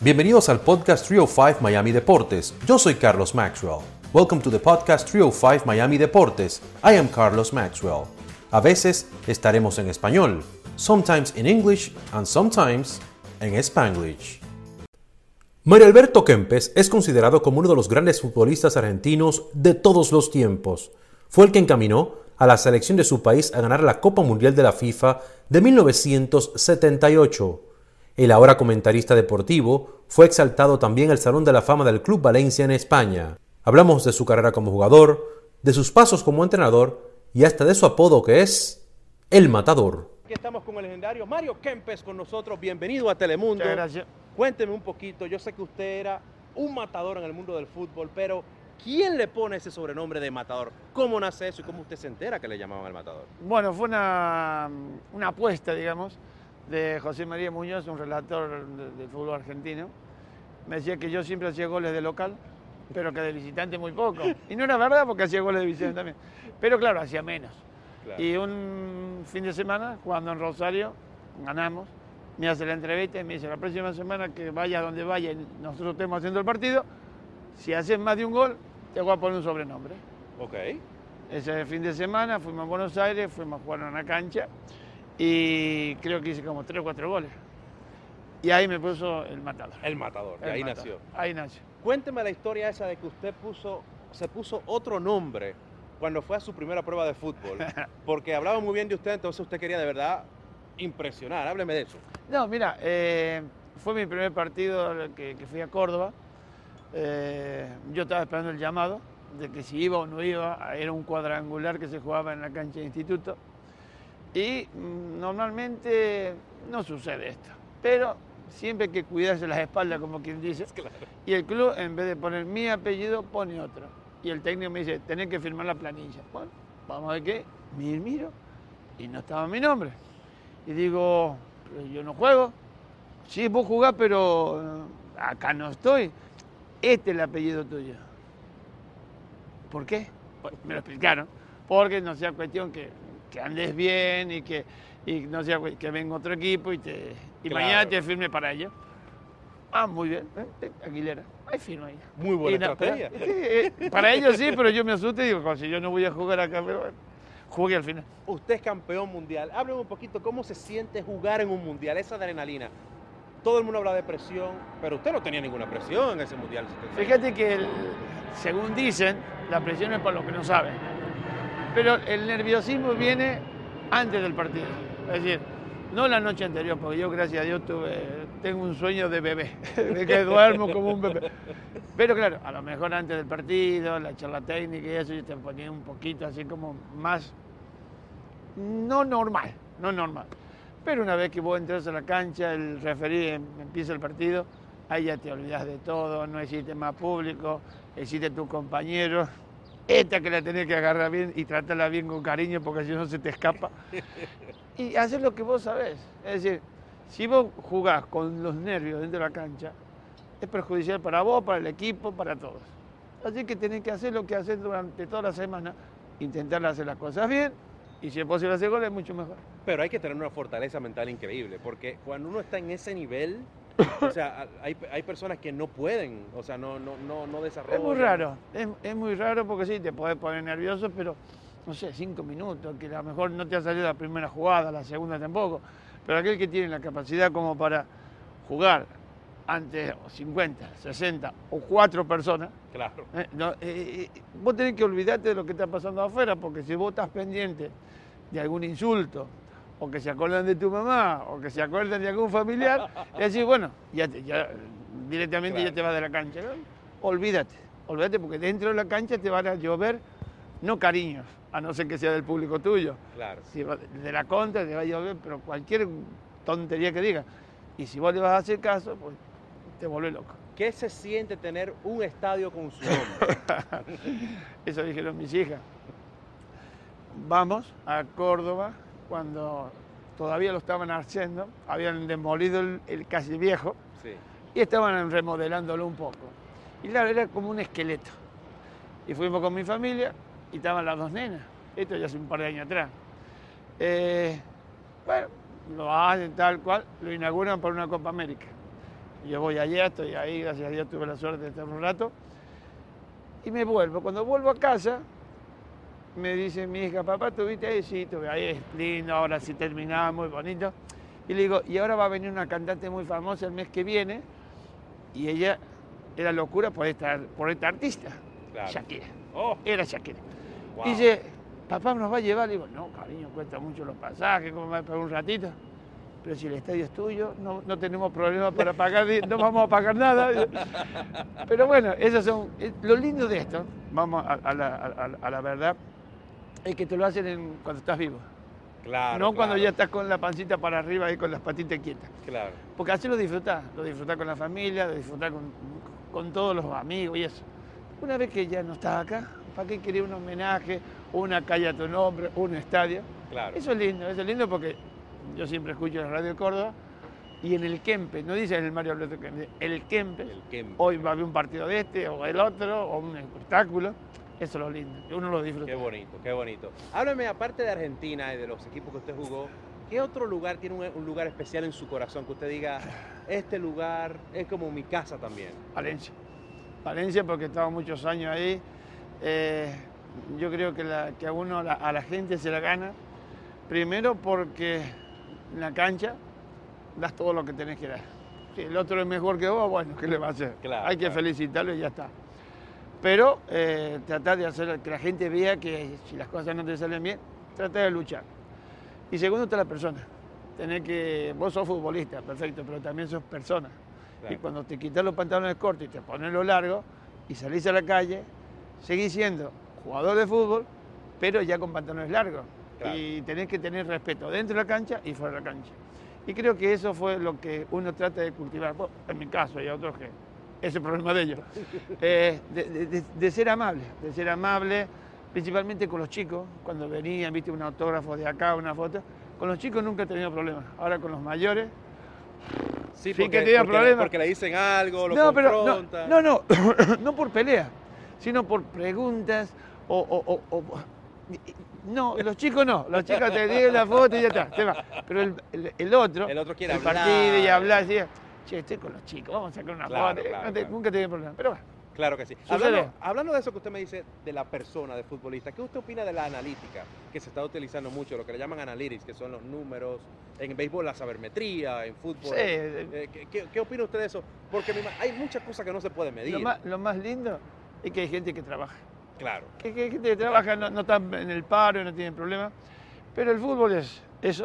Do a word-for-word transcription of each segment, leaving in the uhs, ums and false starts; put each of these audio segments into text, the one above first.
Bienvenidos al podcast three oh five Miami Deportes. Yo soy Carlos Maxwell. Welcome to the podcast three oh five Miami Deportes. I am Carlos Maxwell. A veces estaremos en español, sometimes in English and sometimes en Spanglish. Mario Alberto Kempes es considerado como uno de los grandes futbolistas argentinos de todos los tiempos. Fue el que encaminó a la selección de su país a ganar la Copa Mundial de la FIFA de mil novecientos setenta y ocho. El ahora comentarista deportivo fue exaltado también al Salón de la Fama del Club Valencia en España. Hablamos de su carrera como jugador, de sus pasos como entrenador y hasta de su apodo que es El Matador. Aquí estamos con el legendario Mario Kempes con nosotros. Bienvenido a Telemundo. Muchas gracias. Cuénteme un poquito, yo sé que usted era un matador en el mundo del fútbol, pero ¿quién le pone ese sobrenombre de matador? ¿Cómo nace eso y cómo usted se entera que le llamaban el matador? Bueno, fue una, una apuesta, digamos, de José María Muñoz, un relator del de fútbol argentino. Me decía que yo siempre hacía goles de local, pero que de visitante muy poco. Y no era verdad porque hacía goles de visitante también. Pero claro, hacía menos. Claro. Y un fin de semana, jugando en Rosario, ganamos. Me hace la entrevista y me dice, la próxima semana que vaya donde vaya y nosotros estemos haciendo el partido, si haces más de un gol, te voy a poner un sobrenombre. Ok. Ese fin de semana fuimos a Buenos Aires, fuimos a jugar en una cancha y creo que hice como tres o cuatro goles. Y ahí me puso El Matador. El Matador, y el ahí matador. nació. Ahí nació. Cuénteme la historia esa de que usted puso, se puso otro nombre cuando fue a su primera prueba de fútbol. Porque hablaba muy bien de usted, entonces usted quería de verdad impresionar. Hábleme de eso. No, mira, eh, fue mi primer partido que, que fui a Córdoba. Eh, yo estaba esperando el llamado de que si iba o no iba. Era un cuadrangular que se jugaba en la cancha de instituto. Y mm, normalmente no sucede esto. Pero siempre hay que cuidarse las espaldas, como quien dice. Claro. Y el club, en vez de poner mi apellido, pone otro. Y el técnico me dice, tenés que firmar la planilla. Bueno, vamos a ver qué. Mir, miro. Y no estaba mi nombre. Y digo, yo no juego. Sí, vos jugás, pero acá no estoy. Este es el apellido tuyo. ¿Por qué? Pues, me lo explicaron. Porque no sea cuestión que, que andes bien y que, y no sea que venga otro equipo y, te, y Claro. mañana te firme para ellos. Ah, muy bien. ¿Eh? Aguilera. Ahí firma ahí. Muy buena Y no, estrategia. para, eh, para ellos sí, pero yo me asusté y digo, como si yo no voy a jugar acá, pero bueno, jugué al final. Usted es campeón mundial. Hábleme un poquito cómo se siente jugar en un mundial, esa adrenalina. Todo el mundo habla de presión, pero usted no tenía ninguna presión en ese mundial. Fíjate que, el, según dicen, la presión es para los que no saben. Pero el nerviosismo viene antes del partido. Es decir, no la noche anterior, porque yo, gracias a Dios, tuve, tengo un sueño de bebé, de que duermo como un bebé. Pero claro, a lo mejor antes del partido, la charla técnica y eso, yo te ponía un poquito así como más, no normal, no normal. Pero una vez que vos entras a la cancha, el referí empieza el partido, ahí ya te olvidas de todo, no existe más público, existe tu compañero. Esta que la tenés que agarrar bien y tratarla bien con cariño porque si no se te escapa. Y hacer lo que vos sabés. Es decir, si vos jugás con los nervios dentro de la cancha, es perjudicial para vos, para el equipo, para todos. Así que tenés que hacer lo que haces durante toda la semana, intentar hacer las cosas bien y si es posible hacer goles, mucho mejor. Pero hay que tener una fortaleza mental increíble, porque cuando uno está en ese nivel, o sea, hay, hay personas que no pueden, o sea, no, no, no, no desarrollan. Es muy raro, es, es muy raro porque sí, te podés poner nervioso, pero no sé, cinco minutos, que a lo mejor no te ha salido la primera jugada, la segunda tampoco, pero aquel que tiene la capacidad como para jugar ante cincuenta, sesenta o cuatro personas, Claro. eh, no, eh, eh, vos tenés que olvidarte de lo que está pasando afuera, porque si vos estás pendiente de algún insulto, o que se acuerdan de tu mamá, o que se acuerdan de algún familiar, y decís, bueno, ya, te, ya directamente Claro. ya te vas de la cancha. ¿No? Olvídate, olvídate, porque dentro de la cancha te van a llover, no cariños, a no ser que sea del público tuyo. Claro. Si va, de la contra te va a llover, pero cualquier tontería que diga. Y si vos le vas a hacer caso, pues te vuelve loco. ¿Qué se siente tener un estadio con su nombre? Eso dijeron mis hijas. Vamos a Córdoba cuando todavía lo estaban haciendo, habían demolido el, el casi viejo Sí. y estaban remodelándolo un poco. Y claro, era como un esqueleto. Y fuimos con mi familia y estaban las dos nenas. Esto ya hace un par de años atrás. Eh, bueno, lo hacen tal cual, lo inauguran para una Copa América. Yo voy allá, estoy ahí, gracias a Dios tuve la suerte de estar un rato. Y me vuelvo. Cuando vuelvo a casa, me dice mi hija, papá, ¿estuviste ahí? Sí, estuve ahí, es lindo, ahora sí terminaba, muy bonito. Y le digo, y ahora va a venir una cantante muy famosa el mes que viene, y ella era locura por esta, por esta artista, claro. Shakira. Oh. Era Shakira. Wow. Y dice, papá nos va a llevar. Le digo, no, cariño, cuesta mucho los pasajes, ¿cómo me va a pagar un ratito? Pero si el estadio es tuyo, no, no tenemos problemas para pagar, no vamos a pagar nada. Pero bueno, esos son, lo lindo de esto, vamos a, a, la, a, a la verdad, es que te lo hacen en, cuando estás vivo. Claro, no claro. Cuando ya estás con la pancita para arriba y con las patitas quietas. Claro. Porque así lo disfrutás, lo disfrutás con la familia, lo disfrutás con, con todos los amigos y eso. Una vez que ya no estás acá, ¿para qué querer un homenaje, una calle a tu nombre, un estadio? Claro. Eso es lindo, eso es lindo porque yo siempre escucho la radio de Córdoba y en el Kempe, no dice en el Mario Alberto Kempe, el Kempe, el Kempe, hoy va a haber un partido de este o el otro o un espectáculo. Eso es lo lindo, que uno lo disfruta. Qué bonito, qué bonito. Háblame, aparte de Argentina y de los equipos que usted jugó, ¿qué otro lugar tiene un, un lugar especial en su corazón que usted diga, este lugar es como mi casa también? Valencia. Valencia porque he estado muchos años ahí. Eh, yo creo que, la, que a uno, a la, a la gente se la gana. Primero porque en la cancha das todo lo que tenés que dar. Si el otro es mejor que vos, bueno, ¿qué le va a hacer? Claro, Hay que claro. felicitarlo y ya está. Pero eh, tratar de hacer que la gente vea que si las cosas no te salen bien, trata de luchar. Y segundo está la persona. Tenés que, vos sos futbolista, perfecto, pero también sos persona. Claro. Y cuando te quitas los pantalones cortos y te pones los largos y salís a la calle, seguís siendo jugador de fútbol, pero ya con pantalones largos. Claro. Y tenés que tener respeto dentro de la cancha y fuera de la cancha. Y creo que eso fue lo que uno trata de cultivar. Bueno, en mi caso, hay otros que ese es el problema de ellos. Eh, de, de, de ser amable, de ser amable, principalmente con los chicos, cuando venían, viste, un autógrafo de acá, una foto. Con los chicos nunca he tenido problemas. Ahora con los mayores, sí, sí porque, que he tenido porque, problemas. Porque le dicen algo, lo no, confrontan. Pero no, no, no, no por pelea, sino por preguntas o... o, o, o no, los chicos no, los chicos te dieron la foto y ya está, se va. Pero el, el, el otro, el otro quiere el hablar. partido y hablar, decía, che, estoy con los chicos, vamos a sacar una claro, foto. Claro, no te, claro. Nunca he tenido problemas, pero bueno. Claro que sí. Hablando, hablando de eso que usted me dice de la persona, de futbolista, ¿qué usted opina de la analítica que se está utilizando mucho, lo que le llaman analytics, que son los números, en béisbol la sabermetría, en fútbol? Sí. Eh, ¿qué, qué, ¿Qué opina usted de eso? Porque hay muchas cosas que no se pueden medir. Lo más, lo más lindo es que hay gente que trabaja. Claro. Que, que hay gente que trabaja, no, no está en el paro, no tienen problemas. Pero el fútbol es eso,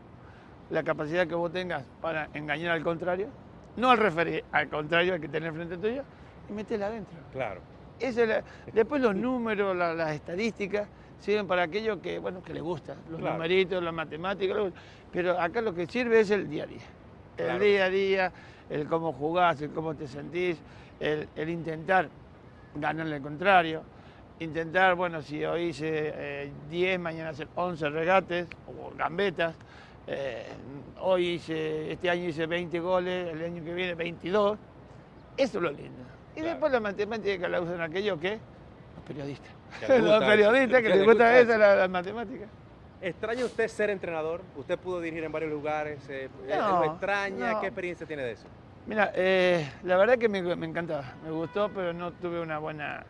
la capacidad que vos tengas para engañar al contrario, no al referir, al contrario, al que tenés frente tuyo, y metela adentro. Claro. Esa es la, después los números, la, las estadísticas, sirven para aquello que, bueno, que les gusta, los claro. numeritos, las matemáticas, pero acá lo que sirve es el día a día. El claro. día a día, el cómo jugás, el cómo te sentís, el, el intentar ganarle al contrario. Intentar, bueno, si hoy hice eh, diez, mañana hacer once regates o gambetas. Eh, hoy hice, este año hice veinte goles, el año que viene veintidós. Eso es lo lindo. Y claro. después la matemática que la usan aquellos que los periodistas. Los periodistas que, que les gusta esa, la, la matemática. ¿Extraña usted ser entrenador? Usted pudo dirigir en varios lugares. Eh, no, ¿Lo extraña? No. ¿Qué experiencia tiene de eso? Mira, eh, la verdad que me, me encantaba. Me gustó, pero no tuve una buena...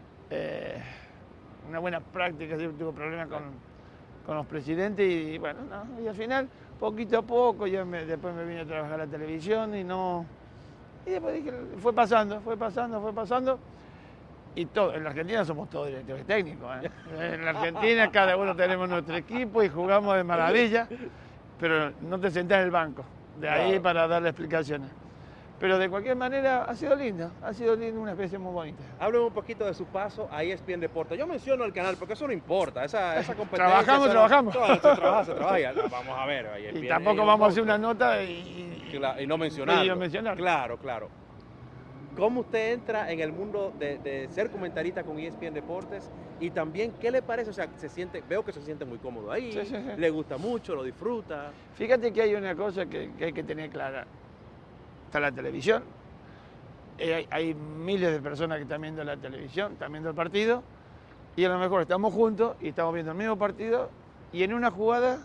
Eh, una buena práctica, siempre tuve problemas con, con los presidentes y bueno, no, y al final, poquito a poco, yo me, después me vine a trabajar a la televisión y no, y después dije, fue pasando, fue pasando, fue pasando, y todo, en la Argentina somos todos directores técnicos, ¿eh? En la Argentina cada uno tenemos nuestro equipo y jugamos de maravilla, pero no te sentás en el banco, de ahí claro. para darle explicaciones. Pero de cualquier manera ha sido lindo, ha sido lindo, una especie muy bonita. Hábleme un poquito de su paso a E S P N Deportes. Yo menciono el canal porque eso no importa, esa, esa competencia. Trabajamos, eso trabajamos. No, se trabaja, se trabaja. Vamos a ver. E S P N, y tampoco vamos a hacer una nota y, claro, y no mencionarlo. Y mencionar. Claro, claro. ¿Cómo usted entra en el mundo de, de ser comentarista con E S P N Deportes? Y también, ¿qué le parece? O sea, se siente, veo que se siente muy cómodo ahí, sí, sí, sí. le gusta mucho, lo disfruta. Fíjate que hay una cosa que, que hay que tener clara. Está la televisión. Hay, hay miles de personas que están viendo la televisión, están viendo el partido, y a lo mejor estamos juntos y estamos viendo el mismo partido, y en una jugada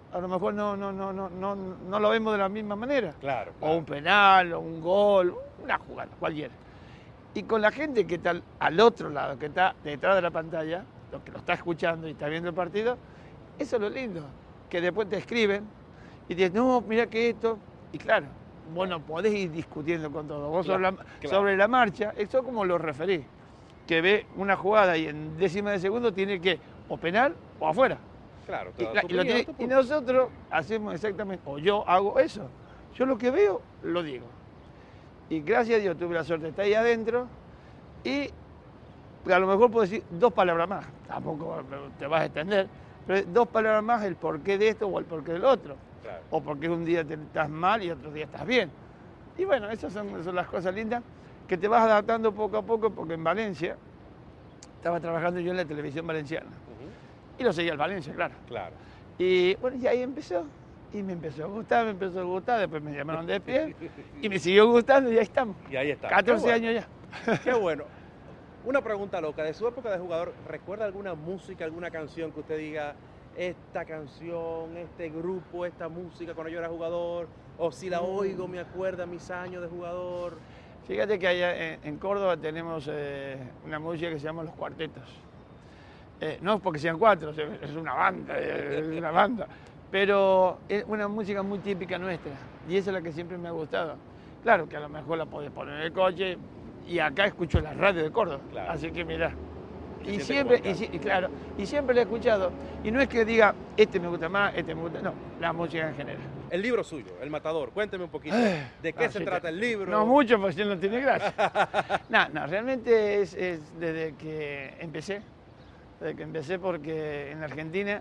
a lo mejor no, no, no, no, no, no lo vemos de la misma manera. Claro, claro. O un penal, o un gol, una jugada, cualquiera. Y con la gente que está al otro lado, que está detrás de la pantalla, lo que lo está escuchando y está viendo el partido, eso es lo lindo, que después te escriben y te dicen, no, mira que esto, y claro, vos no podés ir discutiendo con todo, vos Claro, sobre, la, claro. sobre la marcha, eso como lo referís, que ve una jugada y en décima de segundo tiene que o penal o afuera. Claro, Y, tu- la- tu y lo opinión, tiene- tu y punto. nosotros hacemos exactamente, o yo hago eso, yo lo que veo, lo digo. Y gracias a Dios tuve la suerte de estar ahí adentro y a lo mejor puedo decir dos palabras más, tampoco te vas a extender, pero dos palabras más el porqué de esto o el porqué del otro, Claro. o porque un día te estás mal y otro día estás bien. Y bueno, esas son, son las cosas lindas que te vas adaptando poco a poco, porque en Valencia estaba trabajando yo en la televisión valenciana Ujú, y lo seguía el Valencia, claro. Claro. Y bueno, y ahí empezó. Y me empezó a gustar, me empezó a gustar, después me llamaron de pie y me siguió gustando y ahí estamos. Y ahí está. catorce Qué bueno, años ya. Qué bueno. Una pregunta loca. De su época de jugador, ¿recuerda alguna música, alguna canción que usted diga, esta canción, este grupo, esta música cuando yo era jugador? O si la oigo, me acuerda mis años de jugador. Fíjate que allá en, en Córdoba tenemos eh, una música que se llama Los Cuartetos. Eh, no es porque sean cuatro, es una banda, es una banda. Pero es una música muy típica nuestra y esa es la que siempre me ha gustado. Claro que a lo mejor la podés poner en el coche y acá escucho la radio de Córdoba, Claro. así que mirá. Se Y siente siempre, como en y, si- y claro, y siempre la he escuchado. Y no es que diga, este me gusta más, este me gusta, no, la música en general. El libro suyo, El Matador. Cuénteme un poquito. Eh, ¿De qué ah, se sí, trata te- el libro? No mucho, porque si no tiene gracia. no, no, realmente es, es desde que empecé, desde que empecé porque en Argentina,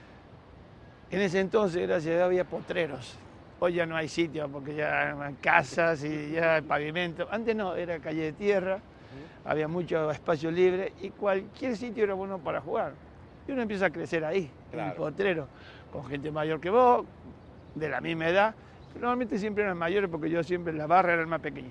en ese entonces, gracias a Dios, había potreros. Hoy ya no hay sitio porque ya hay casas y ya hay pavimento. Antes no, era calle de tierra, había mucho espacio libre y cualquier sitio era bueno para jugar. Y uno empieza a crecer ahí, en el Claro. potrero, con gente mayor que vos, de la misma edad. Pero normalmente siempre eran mayores porque yo siempre en la barra era el más pequeño.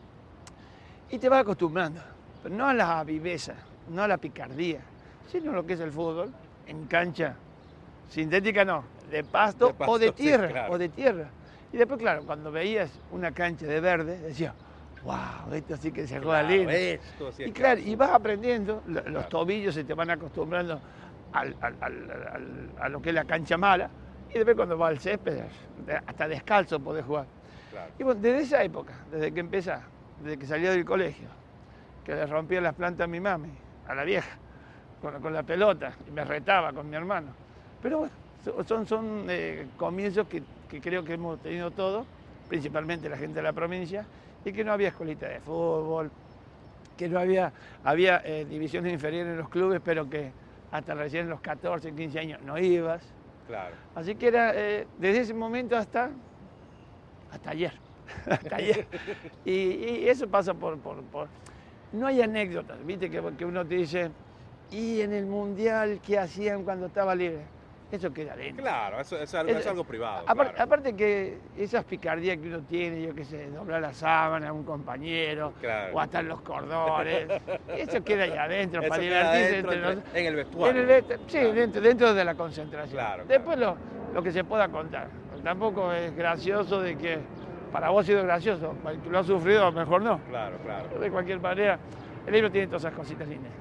Y te vas acostumbrando, pero no a la viveza, no a la picardía, sino a lo que es el fútbol, en cancha sintética no, de pasto, De pasto, o de sí, tierra, claro. o de tierra. Y después, claro, cuando veías una cancha de verde, decías, wow, esto sí que se juega Claro, lindo. esto sí es Y claro, clásico. y vas aprendiendo, lo- los Claro. tobillos se te van acostumbrando al- al- al- al- a lo que es la cancha mala, y después cuando vas al césped, hasta descalzo podés jugar. Claro. Y bueno, desde esa época, desde que empezás, desde que salía del colegio, que le rompía las plantas a mi mami, a la vieja, con, con la pelota, y me retaba con mi hermano. Pero bueno, so- son, son eh, comienzos que, que creo que hemos tenido todos, principalmente la gente de la provincia, y que no había escuelita de fútbol, que no había, había eh, divisiones inferiores en los clubes, pero que hasta recién en los catorce, quince años no ibas. Claro. Así que era eh, desde ese momento hasta, hasta ayer. hasta ayer. Y, y eso pasa por, por, por- No hay anécdotas, viste, que, que uno te dice, ¿y en el Mundial qué hacían cuando estaba libre? Eso queda dentro. Claro, eso, eso es algo, Es- es algo privado. Aparte, claro. aparte que esas picardías que uno tiene, yo qué sé, doblar la sábana a un compañero, Claro. o atar los cordones, eso queda ahí adentro, Eso para queda divertirse dentro, entre entre- los- en el vestuario. en el vest- sí, Claro. dentro, dentro de la concentración. Claro, Después Lo, lo que se pueda contar. Porque tampoco es gracioso de que para vos ha sido gracioso, para el que lo ha sufrido, a lo mejor no. Claro, claro. De cualquier manera, el libro tiene todas esas cositas lindas.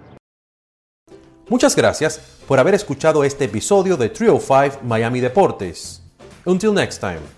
Muchas gracias por haber escuchado este episodio de three oh five Miami Deportes. Until next time.